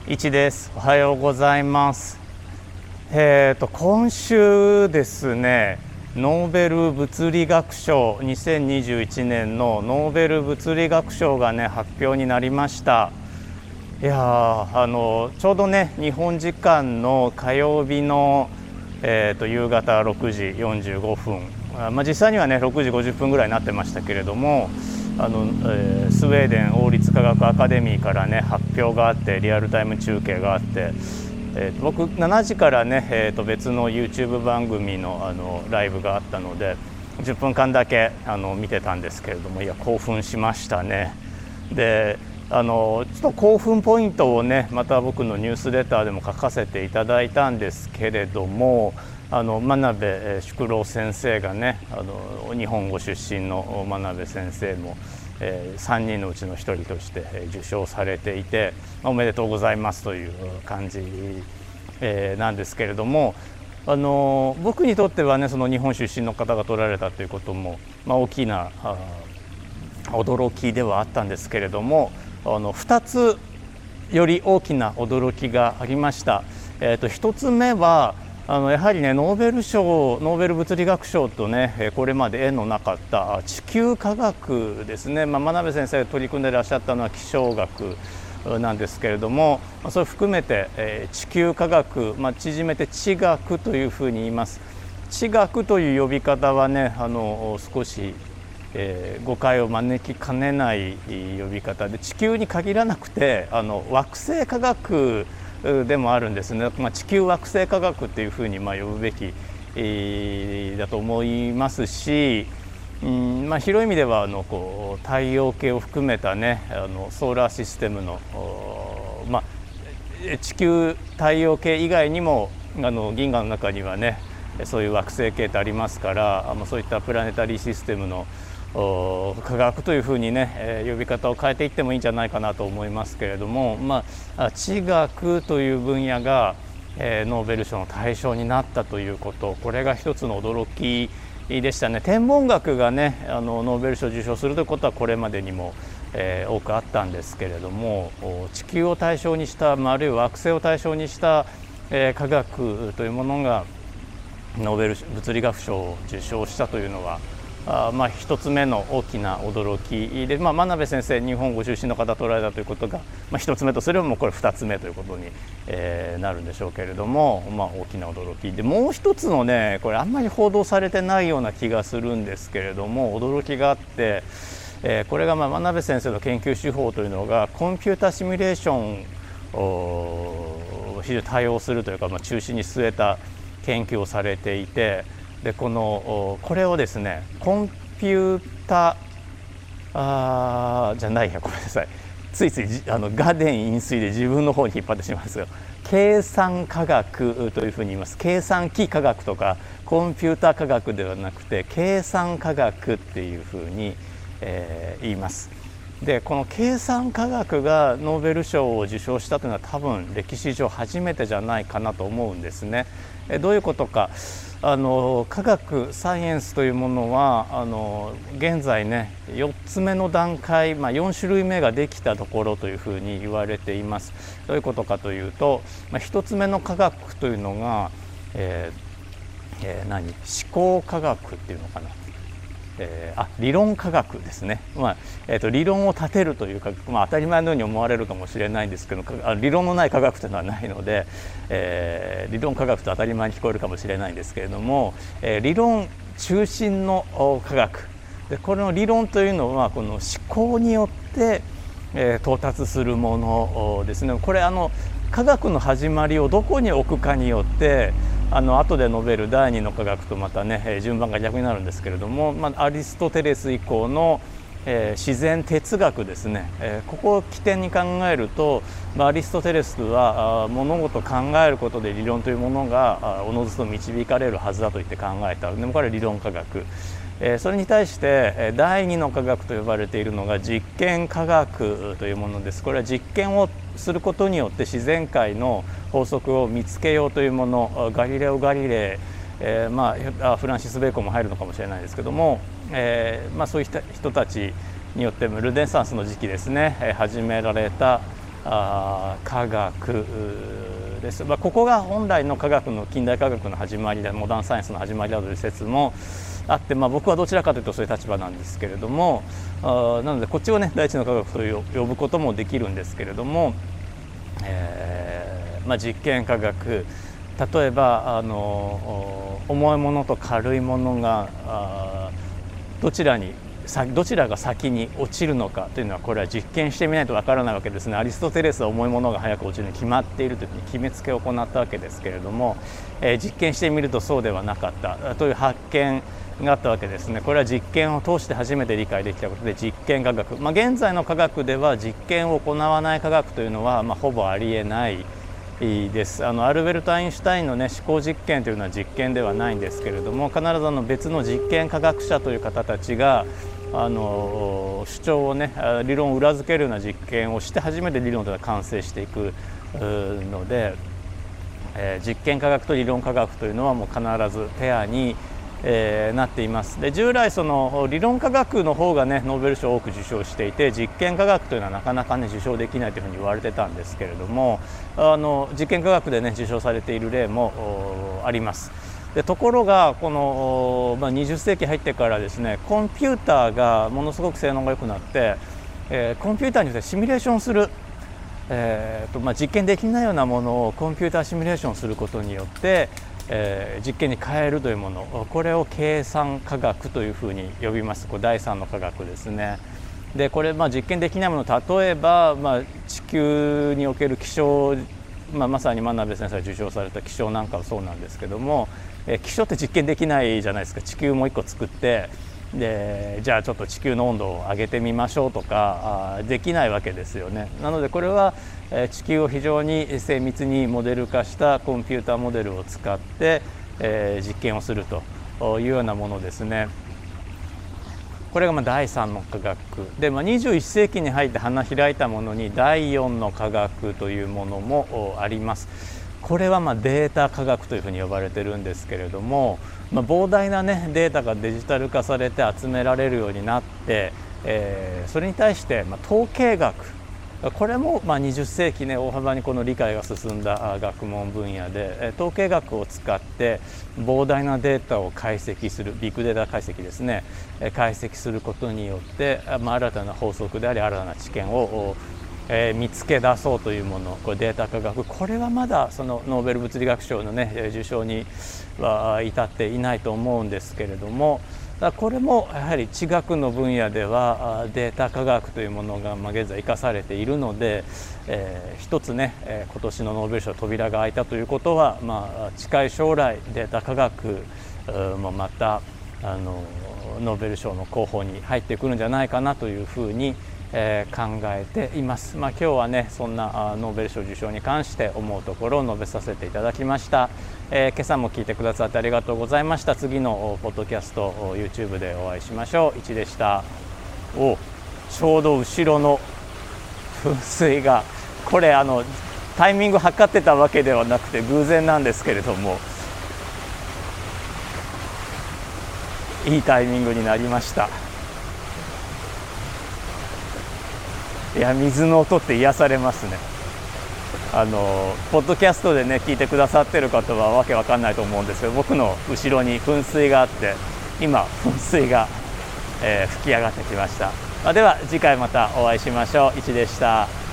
一です。おはようございます。今週ですね、ノーベル物理学賞2021年のノーベル物理学賞がね発表になりました。いやちょうどね日本時間の火曜日の、夕方6時45分、実際にはね6時50分ぐらいになってましたけれども、スウェーデン王立科学アカデミーからね発表があって、リアルタイム中継があって、僕7時からね、別の YouTube 番組の、ライブがあったので10分間だけ見てたんですけれども、いや興奮しましたね。でちょっと興奮ポイントをねまた僕のニュースレターでも書かせていただいたんですけれども、真鍋淑郎先生がね日本語出身の真鍋先生も、3人のうちの1人として受賞されていて、おめでとうございますという感じ、なんですけれども、僕にとってはねその日本出身の方が取られたということも、大きな驚きではあったんですけれども、2つより大きな驚きがありました。1つ目はやはりねノーベル物理学賞とねこれまで縁のなかった地球科学ですね。真鍋先生が取り組んでいらっしゃったのは気象学なんですけれども、それを含めて地球科学、縮めて地学というふうに言います。地学という呼び方はね少し誤解を招きかねない呼び方で、地球に限らなくて惑星科学でもあるんですね。地球惑星科学っていうふうに呼ぶべきだと思いますし、広い意味では太陽系を含めたねソーラーシステムの、地球太陽系以外にも銀河の中にはねそういう惑星系ってありますから、そういったプラネタリーシステムの科学というふうにね、呼び方を変えていってもいいんじゃないかなと思いますけれども、地学という分野が、ノーベル賞の対象になったということ、これが一つの驚きでしたね。天文学がねノーベル賞を受賞するということはこれまでにも、多くあったんですけれども、地球を対象にした、あるいは惑星を対象にした、科学というものがノーベル物理学賞を受賞したというのは一つ目の大きな驚きで、真鍋先生日本ご出身の方取られたということが、一つ目とすればもうこれ二つ目ということに、なるんでしょうけれども、大きな驚きで、もう一つのねこれあんまり報道されてないような気がするんですけれども驚きがあって、これが真鍋先生の研究手法というのがコンピュータシミュレーションを非常に多用するというか、中心に据えた研究をされていて、でこれをですねコンピュータじゃないやごめんなさい、ついついガデン飲水で自分の方に引っ張ってしまうんですよ。計算科学というふうに言います。計算機科学とかコンピュータ科学ではなくて計算科学っていうふうに、言います。でこの計算科学がノーベル賞を受賞したというのは多分歴史上初めてじゃないかなと思うんですね。どういうことか、科学サイエンスというものは現在ね4つ目の段階、4種類目ができたところというふうに言われています。どういうことかというと、1つ目の科学というのが、思考科学っていうのかな、理論科学ですね。理論を立てるというか、当たり前のように思われるかもしれないんですけど、理論のない科学というのはないので、理論科学と当たり前に聞こえるかもしれないんですけれども、理論中心の科学で、この理論というのはこの思考によって、到達するものですね。これ科学の始まりをどこに置くかによって後で述べる第二の科学とまたね順番が逆になるんですけれども、アリストテレス以降の、自然哲学ですね、ここを起点に考えると、アリストテレスは物事を考えることで理論というものがおのずと導かれるはずだと言って考えた。でもこれは理論科学。それに対して第二の科学と呼ばれているのが実験科学というものです。これは実験をすることによって自然界の法則を見つけようというもの。ガリレオ・ガリレイ、フランシス・ベーコンも入るのかもしれないですけども、そういう人たちによってルネサンスの時期ですね始められた科学です。ここが本来の科学の近代科学の始まりだ、モダンサイエンスの始まりだという説もあって、僕はどちらかというとそういう立場なんですけれども、なのでこっちをね第一の科学と呼ぶこともできるんですけれども、実験科学、例えば重いものと軽いものがどちらが先に落ちるのかというのは、これは実験してみないとわからないわけですね。アリストテレスは重いものが早く落ちるに決まっているというふうに決めつけを行ったわけですけれども、実験してみるとそうではなかったという発見があったわけですね。これは実験を通して初めて理解できたことで、実験科学、現在の科学では実験を行わない科学というのは、ほぼありえないです。アルベルト・アインシュタインの、思考実験というのは実験ではないんですけれども、必ず別の実験科学者という方たちが主張を理論を裏付けるような実験をして初めて理論というのは完成していくので、実験科学と理論科学というのはもう必ずペアになっています。で、従来その理論科学の方がノーベル賞を多く受賞していて、実験科学というのはなかなか受賞できないというふうに言われてたんですけれども、実験科学で受賞されている例もあります。で、ところがこの、20世紀入ってからですね、コンピューターがものすごく性能が良くなって、コンピューターによってシミュレーションする、実験できないようなものをコンピューターシミュレーションすることによって実験に変えるというもの、これを計算科学というふうに呼びます。これ第三の科学ですね。で、これ実験できないもの、例えば、地球における気象、まさに真鍋先生が受賞された気象なんかはそうなんですけども、気象って実験できないじゃないですか。地球もう一個作ってで、じゃあちょっと地球の温度を上げてみましょうとかできないわけですよね。なのでこれは地球を非常に精密にモデル化したコンピューターモデルを使って実験をするというようなものですね。これが第3の科学で、21世紀に入って花開いたものに第4の科学というものもあります。これはデータ科学というふうに呼ばれてるんですけれども、膨大なデータがデジタル化されて集められるようになって、それに対して統計学、これも20世紀大幅にこの理解が進んだ学問分野で、統計学を使って膨大なデータを解析する、ビッグデータ解析ですね、解析することによって新たな法則であり新たな知見を見つけ出そうというもの、これデータ科学、これはまだそのノーベル物理学賞の受賞には至っていないと思うんですけれども、これもやはり地学の分野ではデータ科学というものが現在生かされているので、一つ今年のノーベル賞扉が開いたということは、近い将来データ科学もまたノーベル賞の候補に入ってくるんじゃないかなというふうに考えています。今日はそんなノーベル賞受賞に関して思うところを述べさせていただきました。今朝も聞いてくださってありがとうございました。次のポッドキャスト YouTube でお会いしましょう。1でした。ちょうど後ろの噴水が、これタイミング測ってたわけではなくて偶然なんですけれども、いいタイミングになりました。いや、水の音って癒されますね。ポッドキャストで聞いてくださってる方はわけわかんないと思うんですけど、僕の後ろに噴水があって、今噴水が、吹き上がってきました。では次回またお会いしましょう。1でした。